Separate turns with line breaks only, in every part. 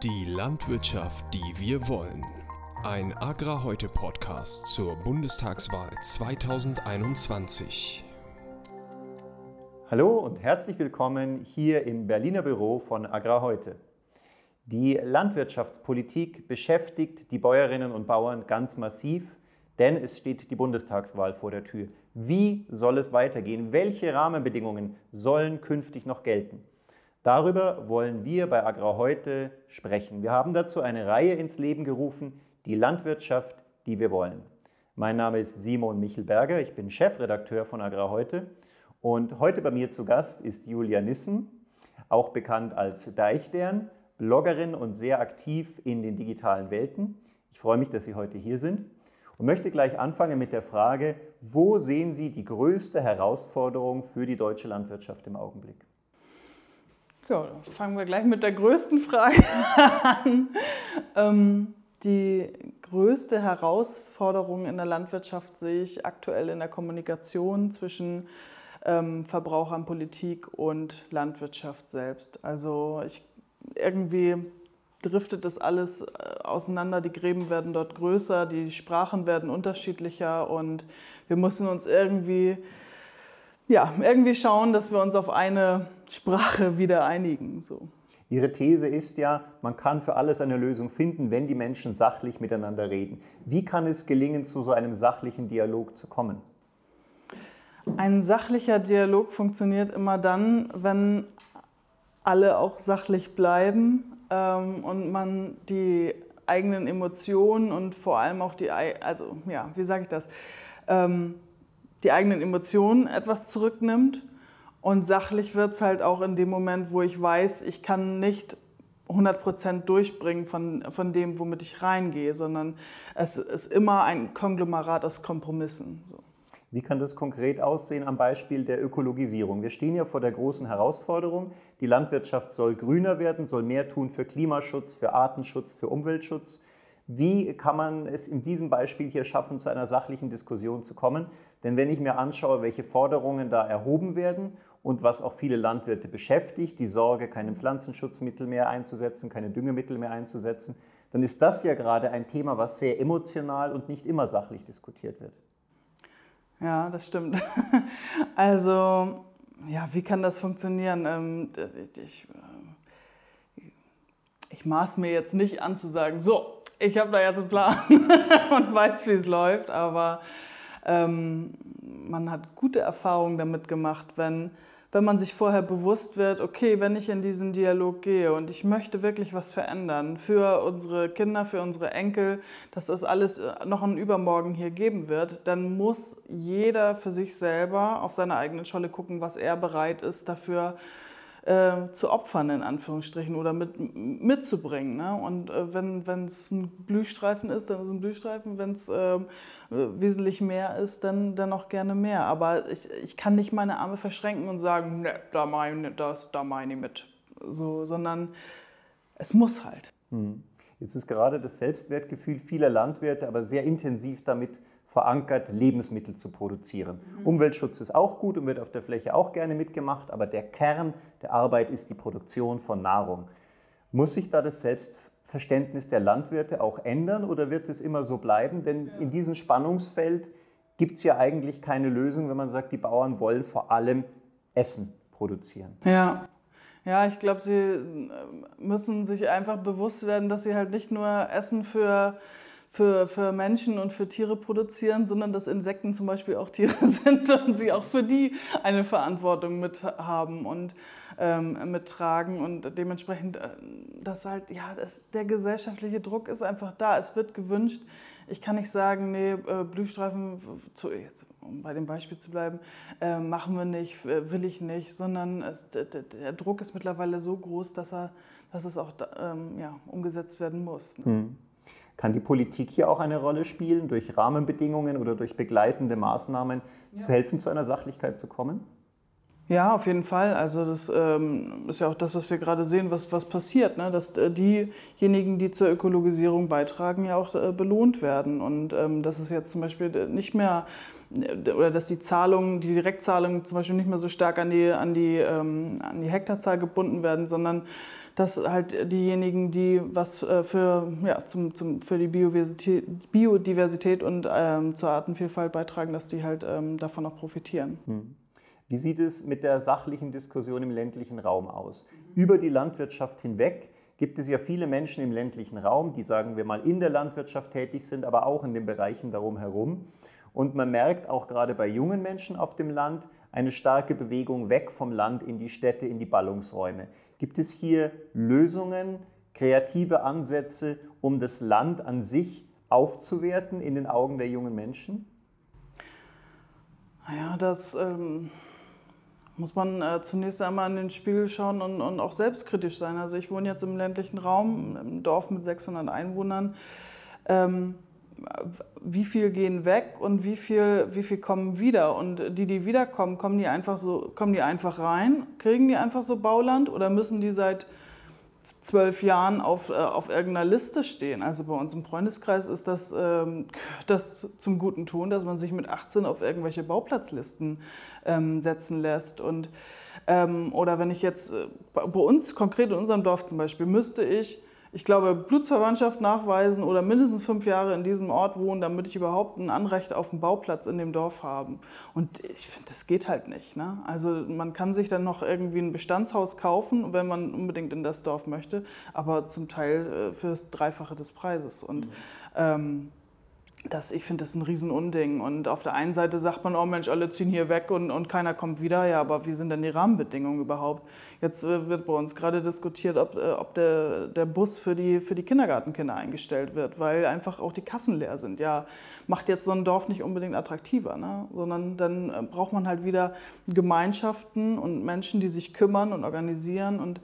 Die Landwirtschaft, die wir wollen. Ein Agrarheute-Podcast zur Bundestagswahl 2021.
Hallo und herzlich willkommen hier im Berliner Büro von Agrarheute. Die Landwirtschaftspolitik beschäftigt die Bäuerinnen und Bauern ganz massiv, denn es steht die Bundestagswahl vor der Tür. Wie soll es weitergehen? Welche Rahmenbedingungen sollen künftig noch gelten? Darüber wollen wir bei Agrarheute sprechen. Wir haben dazu eine Reihe ins Leben gerufen, die Landwirtschaft, die wir wollen. Mein Name ist Simon Michelberger, ich bin Chefredakteur von Agrarheute und heute bei mir zu Gast ist Julia Nissen, auch bekannt als Deichstern, Bloggerin und sehr aktiv in den digitalen Welten. Ich freue mich, dass Sie heute hier sind und möchte gleich anfangen mit der Frage, wo sehen Sie die größte Herausforderung für die deutsche Landwirtschaft im Augenblick?
Ja, fangen wir gleich mit der größten Frage an. Die größte Herausforderung in der Landwirtschaft sehe ich aktuell in der Kommunikation zwischen Verbrauchern, Politik und Landwirtschaft selbst. Also irgendwie driftet das alles auseinander, die Gräben werden dort größer, die Sprachen werden unterschiedlicher und wir müssen uns irgendwie schauen, dass wir uns auf eine Sprache wieder einigen. So.
Ihre These ist ja, man kann für alles eine Lösung finden, wenn die Menschen sachlich miteinander reden. Wie kann es gelingen, zu so einem sachlichen Dialog zu kommen?
Ein sachlicher Dialog funktioniert immer dann, wenn alle auch sachlich bleiben und man die eigenen Emotionen und vor allem auch die eigenen Emotionen etwas zurücknimmt. Und sachlich wird es halt auch in dem Moment, wo ich weiß, ich kann nicht 100% durchbringen von dem, womit ich reingehe, sondern es ist immer ein Konglomerat aus Kompromissen. So.
Wie kann das konkret aussehen am Beispiel der Ökologisierung? Wir stehen ja vor der großen Herausforderung, die Landwirtschaft soll grüner werden, soll mehr tun für Klimaschutz, für Artenschutz, für Umweltschutz. Wie kann man es in diesem Beispiel hier schaffen, zu einer sachlichen Diskussion zu kommen? Denn wenn ich mir anschaue, welche Forderungen da erhoben werden und was auch viele Landwirte beschäftigt, die Sorge, keine Pflanzenschutzmittel mehr einzusetzen, keine Düngemittel mehr einzusetzen, dann ist das ja gerade ein Thema, was sehr emotional und nicht immer sachlich diskutiert wird.
Ja, das stimmt. Also, ja, wie kann das funktionieren? Ich maß mir jetzt nicht an zu sagen, so, ich habe da jetzt einen Plan und weiß, wie es läuft, aber man hat gute Erfahrungen damit gemacht, wenn man sich vorher bewusst wird, okay, wenn ich in diesen Dialog gehe und ich möchte wirklich was verändern für unsere Kinder, für unsere Enkel, dass das alles noch ein Übermorgen hier geben wird, dann muss jeder für sich selber auf seine eigene Scholle gucken, was er bereit ist, dafür zu opfern, in Anführungsstrichen, oder mitzubringen. Ne? Und wenn es ein Blühstreifen ist, dann ist es ein Blühstreifen. Wenn es wesentlich mehr ist, dann auch gerne mehr. Aber ich kann nicht meine Arme verschränken und sagen, ne, da meine ich mit. So, sondern es muss halt.
Jetzt ist gerade das Selbstwertgefühl vieler Landwirte aber sehr intensiv damit verankert, Lebensmittel zu produzieren. Umweltschutz ist auch gut und wird auf der Fläche auch gerne mitgemacht, aber der Kern der Arbeit ist die Produktion von Nahrung. Muss sich da das Selbstverständnis der Landwirte auch ändern oder wird es immer so bleiben? Denn in diesem Spannungsfeld gibt es ja eigentlich keine Lösung, wenn man sagt, die Bauern wollen vor allem Essen produzieren.
Ja, ich glaube, sie müssen sich einfach bewusst werden, dass sie halt nicht nur Essen für Menschen und für Tiere produzieren, sondern dass Insekten zum Beispiel auch Tiere sind und sie auch für die eine Verantwortung mit haben und mittragen und dementsprechend, der gesellschaftliche Druck ist einfach da, es wird gewünscht. Ich kann nicht sagen, nee, Blühstreifen, um bei dem Beispiel zu bleiben, machen wir nicht, will ich nicht, sondern der Druck ist mittlerweile so groß, dass es auch umgesetzt werden muss.
Kann die Politik hier auch eine Rolle spielen, durch Rahmenbedingungen oder durch begleitende Maßnahmen zu helfen, zu einer Sachlichkeit zu kommen?
Ja, auf jeden Fall. Also das ist ja auch das, was wir gerade sehen, was passiert, ne? Dass diejenigen, die zur Ökologisierung beitragen, ja auch belohnt werden. Und dass es jetzt zum Beispiel nicht mehr, oder dass die Direktzahlungen zum Beispiel nicht mehr so stark an die Hektarzahl gebunden werden, sondern dass halt diejenigen, die was für die Biodiversität und zur Artenvielfalt beitragen, dass die halt davon auch profitieren.
Wie sieht es mit der sachlichen Diskussion im ländlichen Raum aus? Über die Landwirtschaft hinweg gibt es ja viele Menschen im ländlichen Raum, die, sagen wir mal, in der Landwirtschaft tätig sind, aber auch in den Bereichen darum herum. Und man merkt auch gerade bei jungen Menschen auf dem Land eine starke Bewegung weg vom Land in die Städte, in die Ballungsräume. Gibt es hier Lösungen, kreative Ansätze, um das Land an sich aufzuwerten in den Augen der jungen Menschen?
Naja, das muss man zunächst einmal in den Spiegel schauen und auch selbstkritisch sein. Also ich wohne jetzt im ländlichen Raum, im Dorf mit 600 Einwohnern. Wie viel gehen weg und wie viel kommen wieder? Und die wiederkommen, kommen die einfach rein? Kriegen die einfach so Bauland oder müssen die seit 12 Jahren auf irgendeiner Liste stehen? Also bei uns im Freundeskreis ist das zum guten Ton, dass man sich mit 18 auf irgendwelche Bauplatzlisten setzen lässt. Und, oder wenn ich jetzt, bei uns konkret in unserem Dorf zum Beispiel, müsste ich glaube, Blutsverwandtschaft nachweisen oder mindestens 5 Jahre in diesem Ort wohnen, damit ich überhaupt ein Anrecht auf einen Bauplatz in dem Dorf habe. Und ich finde, das geht halt nicht. Ne? Also man kann sich dann noch irgendwie ein Bestandshaus kaufen, wenn man unbedingt in das Dorf möchte, aber zum Teil für das Dreifache des Preises. Und ich finde das ein Riesenunding. Und auf der einen Seite sagt man, oh Mensch, alle ziehen hier weg und keiner kommt wieder. Ja, aber wie sind denn die Rahmenbedingungen überhaupt? Jetzt wird bei uns gerade diskutiert, ob der Bus für die Kindergartenkinder eingestellt wird, weil einfach auch die Kassen leer sind. Ja, macht jetzt so ein Dorf nicht unbedingt attraktiver, ne? Sondern dann braucht man halt wieder Gemeinschaften und Menschen, die sich kümmern und organisieren. Und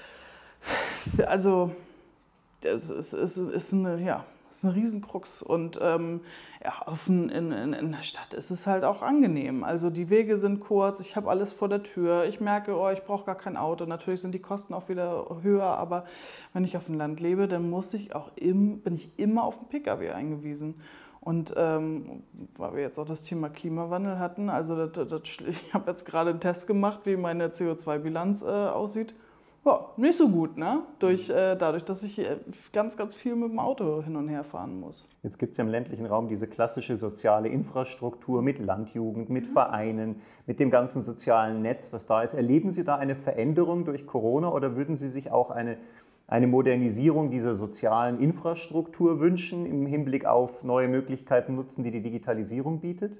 also es ist eine Riesenkrux und in der Stadt ist es halt auch angenehm. Also die Wege sind kurz, ich habe alles vor der Tür, ich merke, ich brauche gar kein Auto. Natürlich sind die Kosten auch wieder höher, aber wenn ich auf dem Land lebe, dann bin ich immer auf den Pkw eingewiesen. Und weil wir jetzt auch das Thema Klimawandel hatten, also ich habe jetzt gerade einen Test gemacht, wie meine CO2-Bilanz aussieht. Ja, nicht so gut, ne? Dadurch, dass ich ganz, ganz viel mit dem Auto hin und her fahren muss.
Jetzt gibt es ja im ländlichen Raum diese klassische soziale Infrastruktur mit Landjugend, mit Vereinen, mit dem ganzen sozialen Netz, was da ist. Erleben Sie da eine Veränderung durch Corona oder würden Sie sich auch eine Modernisierung dieser sozialen Infrastruktur wünschen im Hinblick auf neue Möglichkeiten nutzen, die die Digitalisierung bietet?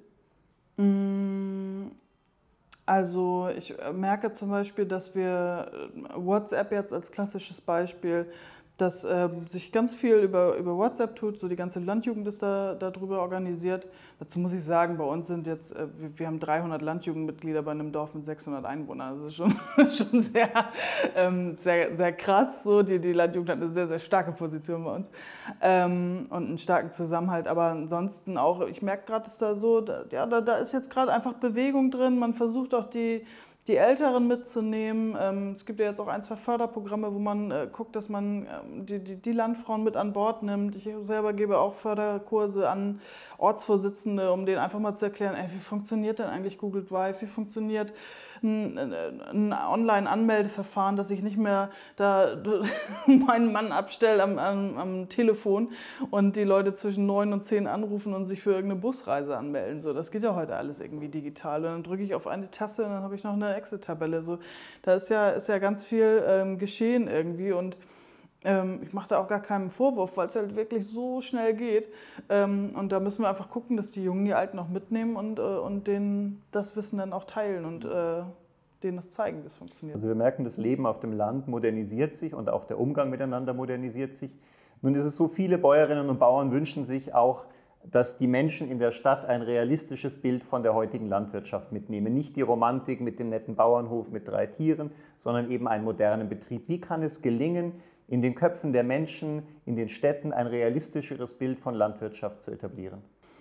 Also ich merke zum Beispiel, dass wir WhatsApp jetzt als klassisches Beispiel, dass sich ganz viel über WhatsApp tut, so die ganze Landjugend ist darüber organisiert. Dazu muss ich sagen, bei uns sind jetzt, wir haben 300 Landjugendmitglieder bei einem Dorf mit 600 Einwohnern. Das ist schon sehr, sehr krass. So. Die Landjugend hat eine sehr, sehr starke Position bei uns und einen starken Zusammenhalt. Aber ansonsten auch, ich merke gerade, dass da ist jetzt gerade einfach Bewegung drin. Man versucht auch die Älteren mitzunehmen. Es gibt ja jetzt auch 1, 2 Förderprogramme, wo man guckt, dass man die Landfrauen mit an Bord nimmt. Ich selber gebe auch Förderkurse an Ortsvorsitzende, um denen einfach mal zu erklären, wie funktioniert denn eigentlich Google Drive, wie funktioniert ein Online-Anmeldeverfahren, dass ich nicht mehr da meinen Mann abstelle am Telefon und die Leute zwischen 9 und 10 anrufen und sich für irgendeine Busreise anmelden. So, das geht ja heute alles irgendwie digital. Und dann drücke ich auf eine Taste und dann habe ich noch eine Excel-Tabelle. So, da ist ja ganz viel geschehen irgendwie und ich mache da auch gar keinen Vorwurf, weil es halt wirklich so schnell geht. Und da müssen wir einfach gucken, dass die Jungen die Alten auch mitnehmen und denen das Wissen dann auch teilen und denen das zeigen, wie es funktioniert.
Also wir merken, das Leben auf dem Land modernisiert sich und auch der Umgang miteinander modernisiert sich. Nun ist es so, viele Bäuerinnen und Bauern wünschen sich auch, dass die Menschen in der Stadt ein realistisches Bild von der heutigen Landwirtschaft mitnehmen. Nicht die Romantik mit dem netten Bauernhof mit 3 Tieren, sondern eben einen modernen Betrieb. Wie kann es gelingen, in den Köpfen der Menschen, in den Städten ein realistischeres Bild von Landwirtschaft zu etablieren?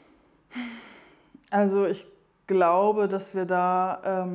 Also ich glaube, dass wir da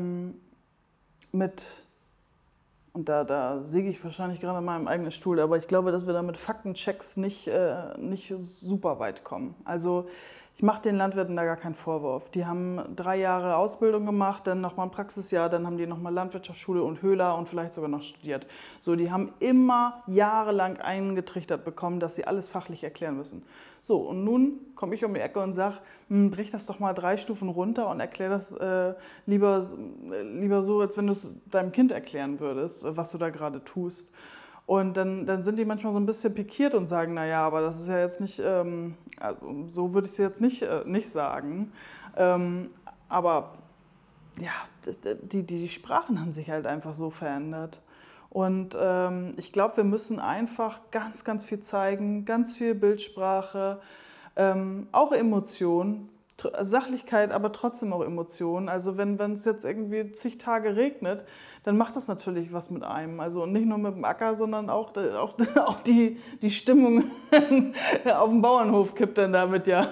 und da säge ich wahrscheinlich gerade an meinem eigenen Stuhl, aber ich glaube, dass wir da mit Faktenchecks nicht super weit kommen. Also ich mache den Landwirten da gar keinen Vorwurf. Die haben 3 Jahre Ausbildung gemacht, dann nochmal ein Praxisjahr, dann haben die nochmal Landwirtschaftsschule und Höhler und vielleicht sogar noch studiert. So, die haben immer jahrelang eingetrichtert bekommen, dass sie alles fachlich erklären müssen. So, und nun komme ich um die Ecke und sage, brich das doch mal 3 Stufen runter und erklär das lieber so, als wenn du es deinem Kind erklären würdest, was du da gerade tust. Und dann sind die manchmal so ein bisschen pikiert und sagen, naja, aber das ist ja jetzt nicht, also so würde ich es jetzt nicht sagen. Aber ja, die Sprachen haben sich halt einfach so verändert. Und ich glaube, wir müssen einfach ganz, ganz viel zeigen, ganz viel Bildsprache, auch Emotionen, Sachlichkeit, aber trotzdem auch Emotionen. Also wenn es jetzt irgendwie zig Tage regnet, dann macht das natürlich was mit einem. Also nicht nur mit dem Acker, sondern auch die Stimmung auf dem Bauernhof kippt dann damit, ja.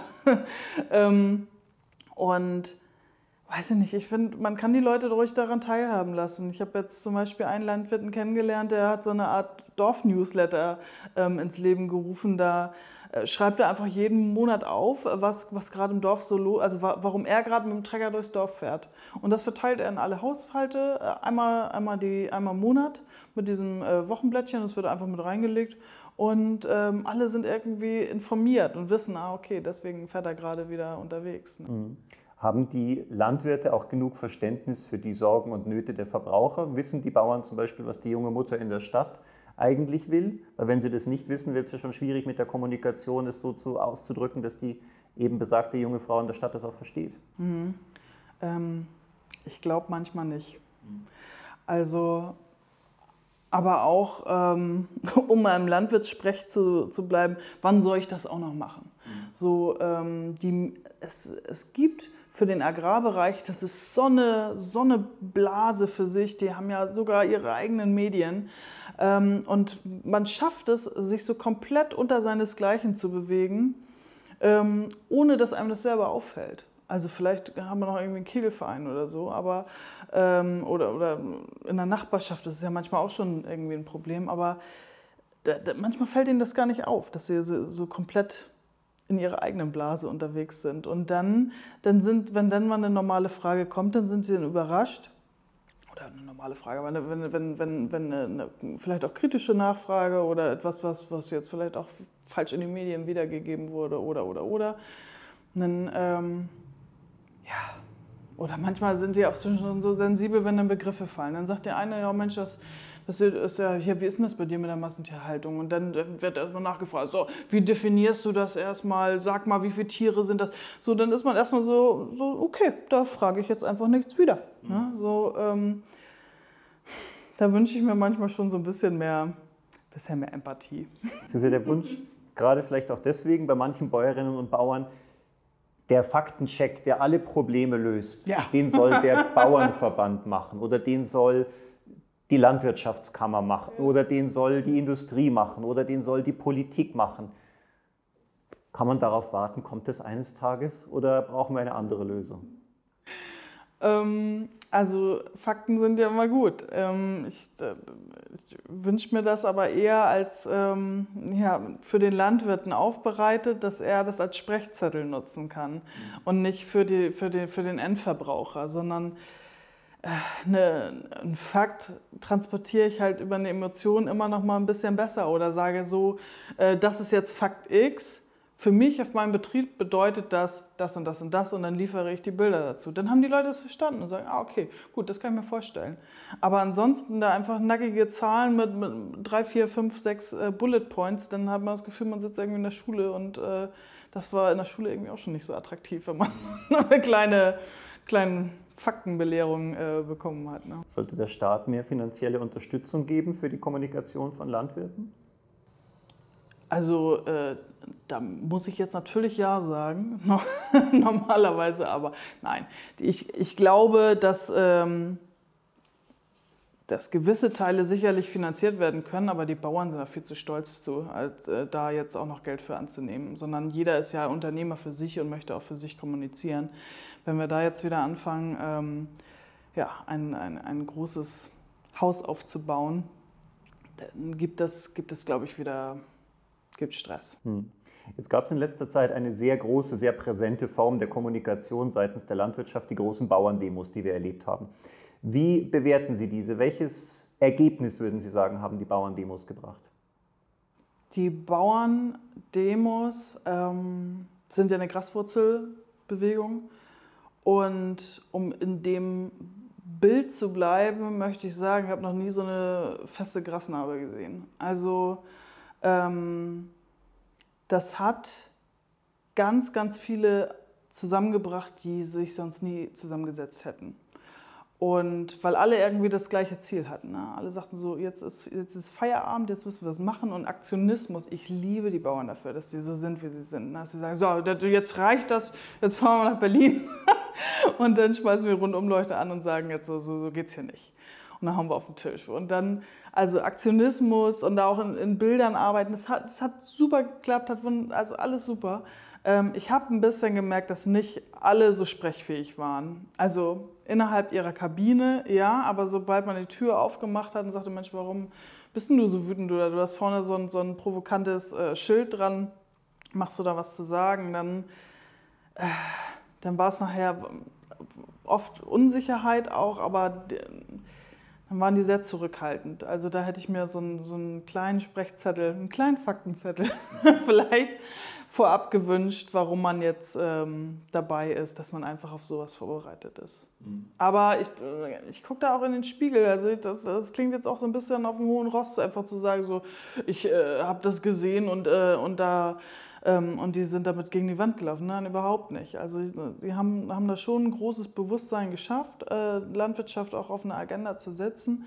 Und weiß ich nicht, ich finde, man kann die Leute ruhig daran teilhaben lassen. Ich habe jetzt zum Beispiel einen Landwirten kennengelernt, der hat so eine Art Dorf-Newsletter ins Leben gerufen. Da schreibt er einfach jeden Monat auf, was gerade im Dorf so los, also warum er gerade mit dem Trecker durchs Dorf fährt. Und das verteilt er in alle Haushalte, einmal im Monat mit diesem Wochenblättchen, das wird einfach mit reingelegt. Und alle sind irgendwie informiert und wissen, okay, deswegen fährt er gerade wieder unterwegs. Ne?
Mhm. Haben die Landwirte auch genug Verständnis für die Sorgen und Nöte der Verbraucher? Wissen die Bauern zum Beispiel, was die junge Mutter in der Stadt eigentlich will? Weil wenn sie das nicht wissen, wird es ja schon schwierig mit der Kommunikation, es so auszudrücken, dass die eben besagte junge Frau in der Stadt das auch versteht.
Mhm. Ich glaube manchmal nicht. Also, aber auch, um mal im Landwirtssprech zu bleiben, wann soll ich das auch noch machen? So, es gibt für den Agrarbereich, das ist so eine Blase für sich, die haben ja sogar ihre eigenen Medien. Und man schafft es, sich so komplett unter seinesgleichen zu bewegen, ohne dass einem das selber auffällt. Also vielleicht haben wir noch irgendwie einen Kegelverein oder so, aber oder in der Nachbarschaft, das ist ja manchmal auch schon irgendwie ein Problem, aber manchmal fällt ihnen das gar nicht auf, dass sie so komplett in ihrer eigenen Blase unterwegs sind. Und wenn dann mal eine normale Frage kommt, dann sind sie dann überrascht. Oder eine normale Frage, aber wenn eine vielleicht auch kritische Nachfrage oder etwas, was jetzt vielleicht auch falsch in den Medien wiedergegeben wurde oder. Und dann, oder manchmal sind die auch schon so sensibel, wenn dann Begriffe fallen. Dann sagt der eine, ja Mensch, das ist ja hier, wie ist denn das bei dir mit der Massentierhaltung? Und dann wird erstmal nachgefragt, so, wie definierst du das erstmal? Sag mal, wie viele Tiere sind das? So, dann ist man erstmal so okay, da frage ich jetzt einfach nichts wieder. Ne? So, da wünsche ich mir manchmal schon so ein bisschen mehr Empathie.
Das ist ja der Wunsch, gerade vielleicht auch deswegen bei manchen Bäuerinnen und Bauern, der Faktencheck, der alle Probleme löst,
ja.
Den soll der Bauernverband machen oder den soll die Landwirtschaftskammer machen oder den soll die Industrie machen oder den soll die Politik machen. Kann man darauf warten, kommt es eines Tages oder brauchen wir eine andere Lösung?
Also Fakten sind ja immer gut. Ich wünsche mir das aber eher als für den Landwirten aufbereitet, dass er das als Sprechzettel nutzen kann und nicht für den Endverbraucher, sondern ein Fakt transportiere ich halt über eine Emotion immer noch mal ein bisschen besser oder sage so, das ist jetzt Fakt X. Für mich auf meinem Betrieb bedeutet das und das und das und dann liefere ich die Bilder dazu. Dann haben die Leute das verstanden und sagen, okay, gut, das kann ich mir vorstellen. Aber ansonsten da einfach nackige Zahlen mit 3, 4, 5, 6 Bullet Points, dann hat man das Gefühl, man sitzt irgendwie in der Schule und das war in der Schule irgendwie auch schon nicht so attraktiv, wenn man eine kleine Faktenbelehrung bekommen hat. Ne?
Sollte der Staat mehr finanzielle Unterstützung geben für die Kommunikation von Landwirten?
Also da muss ich jetzt natürlich ja sagen, normalerweise, aber nein. Ich glaube, dass gewisse Teile sicherlich finanziert werden können, aber die Bauern sind da viel zu stolz zu, da jetzt auch noch Geld für anzunehmen, sondern jeder ist ja Unternehmer für sich und möchte auch für sich kommunizieren. Wenn wir da jetzt wieder anfangen, ein großes Haus aufzubauen, dann gibt es, glaube ich, wieder gibt Stress.
Jetzt gab es in letzter Zeit eine sehr große, sehr präsente Form der Kommunikation seitens der Landwirtschaft, die großen Bauerndemos, die wir erlebt haben. Wie bewerten Sie diese? Welches Ergebnis, würden Sie sagen, haben die Bauerndemos gebracht?
Die Bauerndemos sind ja eine Graswurzelbewegung. Und um in dem Bild zu bleiben, möchte ich sagen, ich habe noch nie so eine feste Grasnarbe gesehen. Also das hat ganz, ganz viele zusammengebracht, die sich sonst nie zusammengesetzt hätten. Und weil alle irgendwie das gleiche Ziel hatten. Ne? Alle sagten so, jetzt ist Feierabend, jetzt müssen wir was machen. Und Aktionismus, ich liebe die Bauern dafür, dass sie so sind, wie sie sind. Ne? Dass sie sagen, so, jetzt reicht das, jetzt fahren wir nach Berlin. Und dann schmeißen wir Rundumleuchter an und sagen, jetzt so geht's hier nicht. Und dann hauen wir auf den Tisch. Und dann, also Aktionismus und auch in Bildern arbeiten, das hat super geklappt, also alles super. Ich habe ein bisschen gemerkt, dass nicht alle so sprechfähig waren. Also innerhalb ihrer Kabine, ja, aber sobald man die Tür aufgemacht hat und sagte, Mensch, warum bist denn du so wütend? Oder du hast vorne so ein provokantes Schild dran, machst du da was zu sagen, dann war es nachher oft Unsicherheit auch, aber dann waren die sehr zurückhaltend. Also da hätte ich mir so einen kleinen Sprechzettel, einen kleinen Faktenzettel vielleicht vorab gewünscht, warum man jetzt dabei ist, dass man einfach auf sowas vorbereitet ist. Aber ich gucke da auch in den Spiegel. Also das klingt jetzt auch so ein bisschen auf dem hohen Ross, einfach zu sagen, so ich habe das gesehen und die sind damit gegen die Wand gelaufen. Nein, überhaupt nicht. Also die haben da schon ein großes Bewusstsein geschafft, Landwirtschaft auch auf eine Agenda zu setzen.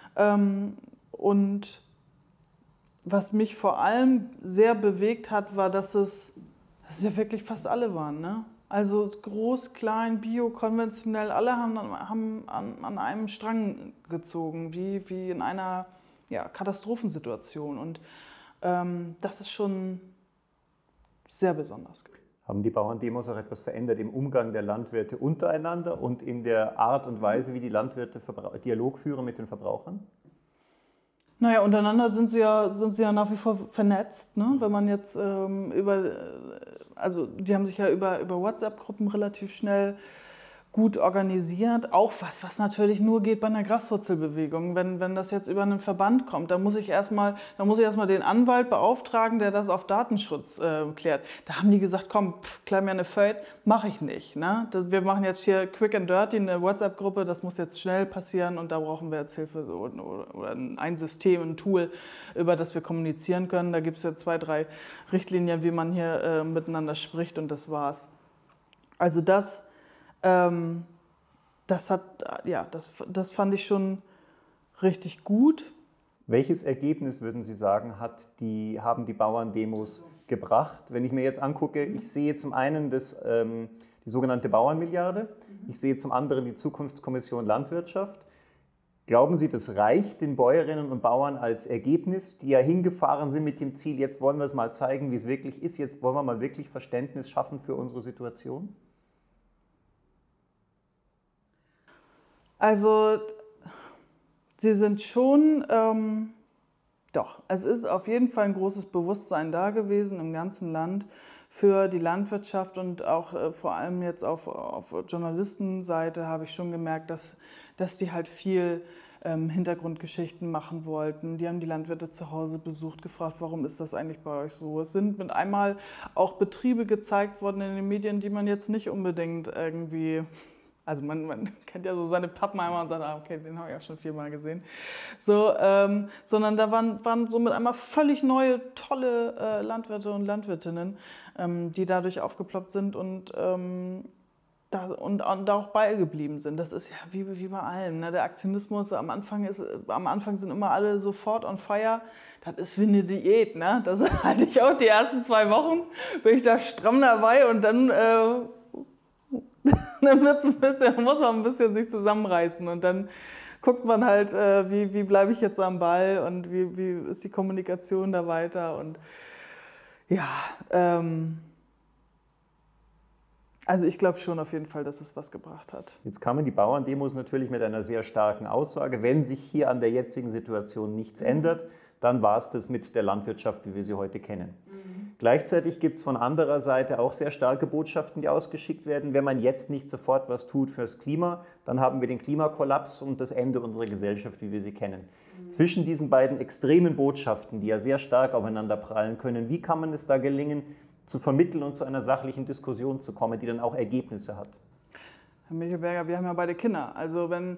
Und was mich vor allem sehr bewegt hat, war, dass es ja wirklich fast alle waren. Ne? Also groß, klein, bio, konventionell, alle haben an einem Strang gezogen, wie in einer Katastrophensituation. Und das ist schon sehr besonders.
Haben die Bauerndemos auch etwas verändert im Umgang der Landwirte untereinander und in der Art und Weise, wie die Landwirte Dialog führen mit den Verbrauchern?
Naja, untereinander sind sie ja nach wie vor vernetzt. Ne? Wenn man jetzt die haben sich ja über WhatsApp-Gruppen relativ schnell gut organisiert. Auch was natürlich nur geht bei einer Graswurzelbewegung. Wenn das jetzt über einen Verband kommt, dann muss ich erstmal den Anwalt beauftragen, der das auf Datenschutz klärt. Da haben die gesagt, komm, klär mir eine Feld, mache ich nicht. Ne? Wir machen jetzt hier quick and dirty eine WhatsApp-Gruppe, das muss jetzt schnell passieren und da brauchen wir jetzt Hilfe oder ein System, ein Tool, über das wir kommunizieren können. Da gibt es ja 2, 3 Richtlinien, wie man hier miteinander spricht und das war's. Also das fand ich schon richtig gut.
Welches Ergebnis, würden Sie sagen, haben die Bauerndemos gebracht? Wenn ich mir jetzt angucke, ich sehe zum einen die sogenannte Bauernmilliarde, ich sehe zum anderen die Zukunftskommission Landwirtschaft. Glauben Sie, das reicht den Bäuerinnen und Bauern als Ergebnis, die ja hingefahren sind mit dem Ziel, jetzt wollen wir es mal zeigen, wie es wirklich ist, jetzt wollen wir mal wirklich Verständnis schaffen für unsere Situation?
Also, sie sind schon, es ist auf jeden Fall ein großes Bewusstsein da gewesen im ganzen Land für die Landwirtschaft und auch vor allem jetzt auf Journalistenseite habe ich schon gemerkt, dass die halt viel Hintergrundgeschichten machen wollten. Die haben die Landwirte zu Hause besucht, gefragt, warum ist das eigentlich bei euch so? Es sind mit einmal auch Betriebe gezeigt worden in den Medien, die man jetzt nicht unbedingt irgendwie... Also man kennt ja so seine Pappenheimer und sagt, okay, den habe ich auch schon 4-mal gesehen. So, sondern da waren so mit einmal völlig neue, tolle Landwirte und Landwirtinnen, die dadurch aufgeploppt sind und auch beigeblieben sind. Das ist ja wie bei allem. Ne? Der Aktionismus am Anfang sind immer alle sofort on fire. Das ist wie eine Diät. Ne? Das hatte ich auch die ersten 2 Wochen, bin ich da stramm dabei und dann muss man ein bisschen sich zusammenreißen und dann guckt man halt, wie bleibe ich jetzt am Ball und wie ist die Kommunikation da weiter und ja, also ich glaube schon auf jeden Fall, dass es was gebracht hat.
Jetzt kamen die Bauerndemos natürlich mit einer sehr starken Aussage, wenn sich hier an der jetzigen Situation nichts ändert, dann war es das mit der Landwirtschaft, wie wir sie heute kennen. Gleichzeitig gibt es von anderer Seite auch sehr starke Botschaften, die ausgeschickt werden. Wenn man jetzt nicht sofort was tut fürs Klima, dann haben wir den Klimakollaps und das Ende unserer Gesellschaft, wie wir sie kennen. Zwischen diesen beiden extremen Botschaften, die ja sehr stark aufeinander prallen können, wie kann man es da gelingen, zu vermitteln und zu einer sachlichen Diskussion zu kommen, die dann auch Ergebnisse hat?
Herr Michelberger, wir haben ja beide Kinder. Also wenn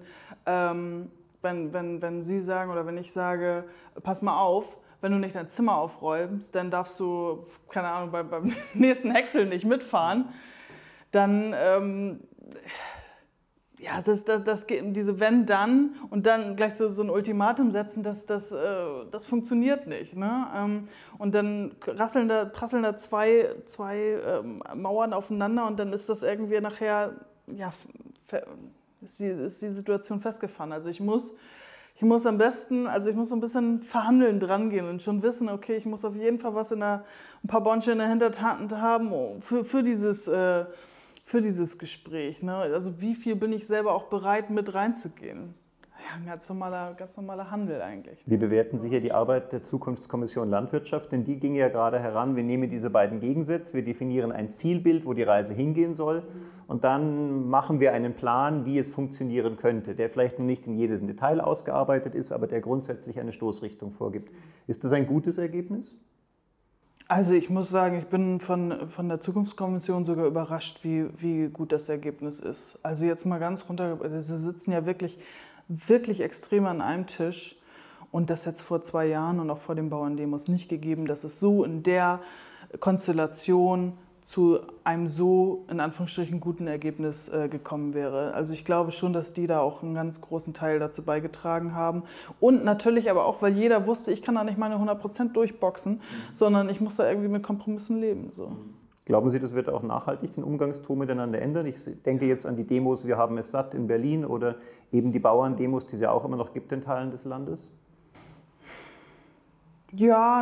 Sie sagen oder wenn ich sage, pass mal auf, wenn du nicht dein Zimmer aufräumst, dann darfst du, keine Ahnung, beim nächsten Häcksel nicht mitfahren, dann, ja, diese wenn, dann und dann gleich so ein Ultimatum setzen, das funktioniert nicht. Ne? Und dann prasseln da zwei Mauern aufeinander und dann ist das irgendwie nachher, ja, ist die Situation festgefahren. Also ich muss am besten, also ich muss so ein bisschen verhandeln dran gehen und schon wissen, okay, ich muss auf jeden Fall ein paar Bonsche in der Hinterhand haben für dieses Gespräch. Ne? Also wie viel bin ich selber auch bereit, mit reinzugehen? Ja, ein ganz normaler Handel eigentlich.
Wie bewerten Sie hier die Arbeit der Zukunftskommission Landwirtschaft? Denn die ging ja gerade heran, wir nehmen diese beiden Gegensätze, wir definieren ein Zielbild, wo die Reise hingehen soll und dann machen wir einen Plan, wie es funktionieren könnte, der vielleicht noch nicht in jedem Detail ausgearbeitet ist, aber der grundsätzlich eine Stoßrichtung vorgibt. Ist das ein gutes Ergebnis?
Also ich muss sagen, ich bin von der Zukunftskommission sogar überrascht, wie gut das Ergebnis ist. Also jetzt mal ganz runter, sie sitzen ja wirklich extrem an einem Tisch und das jetzt vor 2 Jahren und auch vor den Bauerndemos nicht gegeben, dass es so in der Konstellation zu einem so, in Anführungsstrichen, guten Ergebnis gekommen wäre. Also ich glaube schon, dass die da auch einen ganz großen Teil dazu beigetragen haben. Und natürlich aber auch, weil jeder wusste, ich kann da nicht meine 100% durchboxen, sondern ich muss da irgendwie mit Kompromissen leben. So.
Glauben Sie, das wird auch nachhaltig den Umgangston miteinander ändern? Ich denke jetzt an die Demos, wir haben es satt in Berlin oder eben die Bauerndemos, die es ja auch immer noch gibt in Teilen des Landes?
Ja,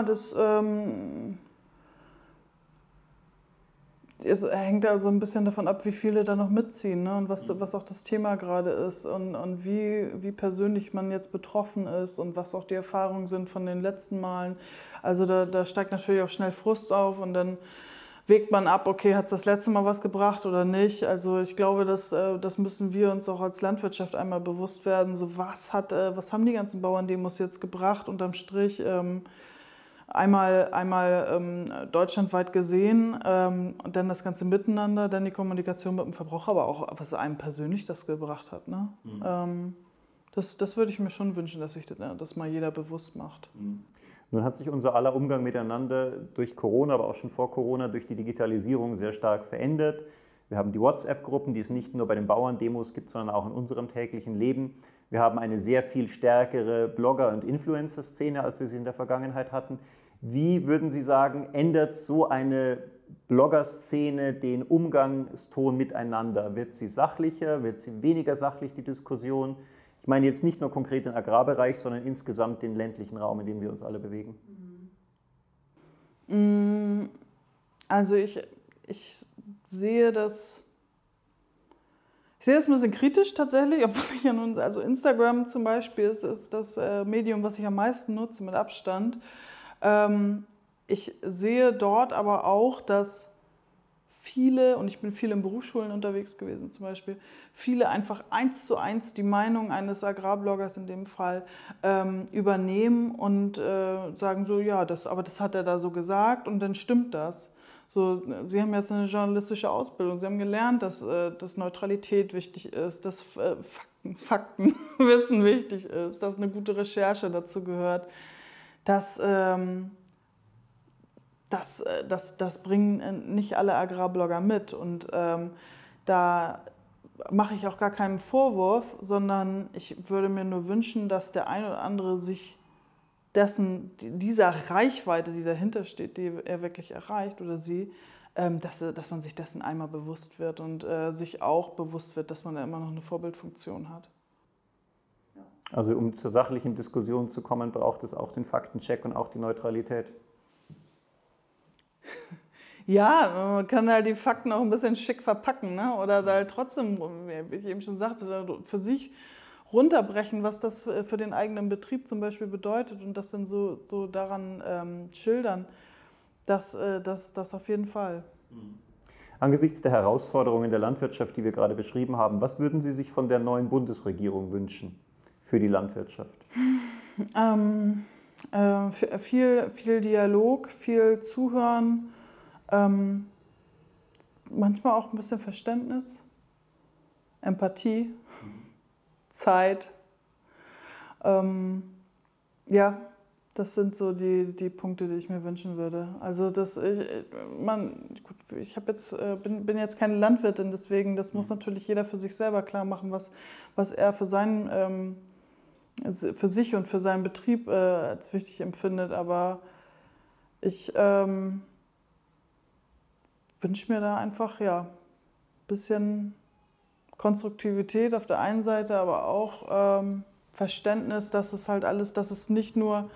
es hängt da so ein bisschen davon ab, wie viele da noch mitziehen, ne? Und was auch das Thema gerade ist und wie persönlich man jetzt betroffen ist und was auch die Erfahrungen sind von den letzten Malen. Also da steigt natürlich auch schnell Frust auf und dann wägt man ab, okay, hat es das letzte Mal was gebracht oder nicht. Also ich glaube, das müssen wir uns auch als Landwirtschaft einmal bewusst werden. So was haben die ganzen Bauerndemos jetzt gebracht unterm Strich? Einmal deutschlandweit gesehen und dann das Ganze miteinander, dann die Kommunikation mit dem Verbraucher, aber auch, was einem persönlich das gebracht hat. Ne? Das würde ich mir schon wünschen, dass sich das mal jeder bewusst macht.
Nun hat sich unser aller Umgang miteinander durch Corona, aber auch schon vor Corona, durch die Digitalisierung sehr stark verändert. Wir haben die WhatsApp-Gruppen, die es nicht nur bei den Bauerndemos gibt, sondern auch in unserem täglichen Leben. Wir haben eine sehr viel stärkere Blogger- und Influencer-Szene, als wir sie in der Vergangenheit hatten. Wie würden Sie sagen, ändert so eine Blogger-Szene den Umgangston miteinander? Wird sie sachlicher, wird sie weniger sachlich, die Diskussion? Ich meine jetzt nicht nur konkret den Agrarbereich, sondern insgesamt den ländlichen Raum, in dem wir uns alle bewegen.
Also ich sehe das ein bisschen kritisch tatsächlich, obwohl ich ja nun, also Instagram zum Beispiel ist das Medium, was ich am meisten nutze mit Abstand. Ich sehe dort aber auch, dass viele, und ich bin viel in Berufsschulen unterwegs gewesen zum Beispiel, viele einfach 1:1 die Meinung eines Agrarbloggers in dem Fall übernehmen und sagen so, ja, aber das hat er da so gesagt und dann stimmt das. So, Sie haben jetzt eine journalistische Ausbildung, Sie haben gelernt, dass Neutralität wichtig ist, dass Faktenwissen wichtig ist, dass eine gute Recherche dazu gehört. Das bringen nicht alle Agrarblogger mit und da mache ich auch gar keinen Vorwurf, sondern ich würde mir nur wünschen, dass der ein oder andere sich dieser Reichweite, die dahinter steht, die er wirklich erreicht oder sie, dass man sich dessen einmal bewusst wird und sich auch bewusst wird, dass man da immer noch eine Vorbildfunktion hat.
Also um zur sachlichen Diskussion zu kommen, braucht es auch den Faktencheck und auch die Neutralität.
Ja, man kann halt die Fakten auch ein bisschen schick verpacken, ne? Oder halt trotzdem, wie ich eben schon sagte, für sich runterbrechen, was das für den eigenen Betrieb zum Beispiel bedeutet und das dann so daran schildern, das auf jeden Fall.
Angesichts der Herausforderungen der Landwirtschaft, die wir gerade beschrieben haben, was würden Sie sich von der neuen Bundesregierung wünschen für die Landwirtschaft?
Viel Dialog, viel Zuhören, manchmal auch ein bisschen Verständnis, Empathie, Zeit. Ja, das sind so die Punkte, die ich mir wünschen würde. Also bin jetzt keine Landwirtin, deswegen das muss natürlich jeder für sich selber klar machen, was er für sich und für seinen Betrieb als wichtig empfindet. Aber ich wünsche mir da einfach ein bisschen Konstruktivität auf der einen Seite, aber auch Verständnis, dass es halt alles, dass es nicht nur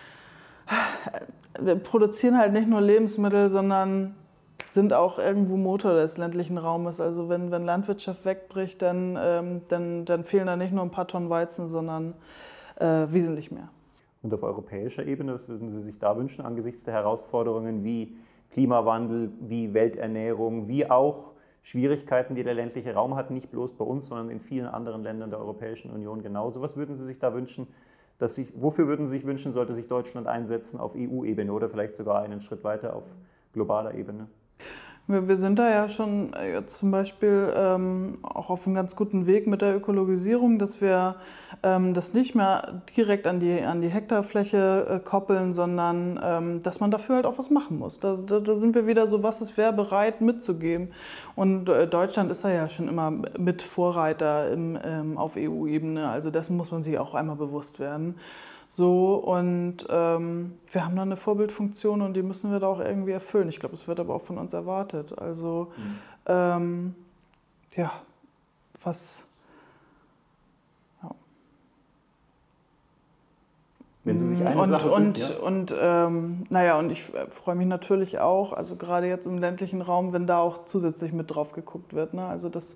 wir produzieren halt nicht nur Lebensmittel, sondern sind auch irgendwo Motor des ländlichen Raumes. Also wenn Landwirtschaft wegbricht, dann fehlen da nicht nur ein paar Tonnen Weizen, sondern wesentlich mehr.
Und auf europäischer Ebene, was würden Sie sich da wünschen angesichts der Herausforderungen wie Klimawandel, wie Welternährung, wie auch Schwierigkeiten, die der ländliche Raum hat, nicht bloß bei uns, sondern in vielen anderen Ländern der Europäischen Union genauso. Was würden Sie sich da wünschen? Wofür würden Sie sich wünschen, sollte sich Deutschland einsetzen auf EU-Ebene oder vielleicht sogar einen Schritt weiter auf globaler Ebene?
Wir sind da ja schon zum Beispiel auch auf einem ganz guten Weg mit der Ökologisierung, dass wir das nicht mehr direkt an die Hektarfläche koppeln, sondern dass man dafür halt auch was machen muss. Da sind wir wieder so, wer bereit mitzugeben. Und Deutschland ist da ja schon immer mit Vorreiter auf EU-Ebene, also dessen muss man sich auch einmal bewusst werden. So, und wir haben da eine Vorbildfunktion und die müssen wir da auch irgendwie erfüllen. Ich glaube, es wird aber auch von uns erwartet. Also,
Wenn Sie sich eine Sache wünschen,
und ich freue mich natürlich auch, also gerade jetzt im ländlichen Raum, wenn da auch zusätzlich mit drauf geguckt wird. Ne? Also das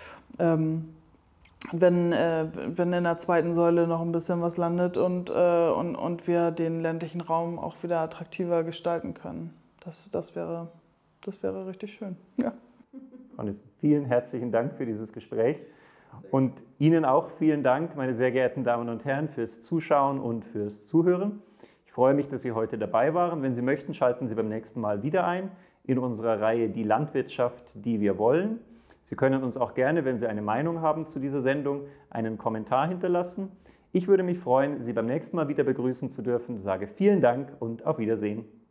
wenn in der zweiten Säule noch ein bisschen was landet und wir den ländlichen Raum auch wieder attraktiver gestalten können. Das wäre richtig schön. Ja.
Frau Nissen, vielen herzlichen Dank für dieses Gespräch und Ihnen auch vielen Dank, meine sehr geehrten Damen und Herren, fürs Zuschauen und fürs Zuhören. Ich freue mich, dass Sie heute dabei waren. Wenn Sie möchten, schalten Sie beim nächsten Mal wieder ein in unserer Reihe Die Landwirtschaft, die wir wollen. Sie können uns auch gerne, wenn Sie eine Meinung haben zu dieser Sendung, einen Kommentar hinterlassen. Ich würde mich freuen, Sie beim nächsten Mal wieder begrüßen zu dürfen. Ich sage vielen Dank und auf Wiedersehen.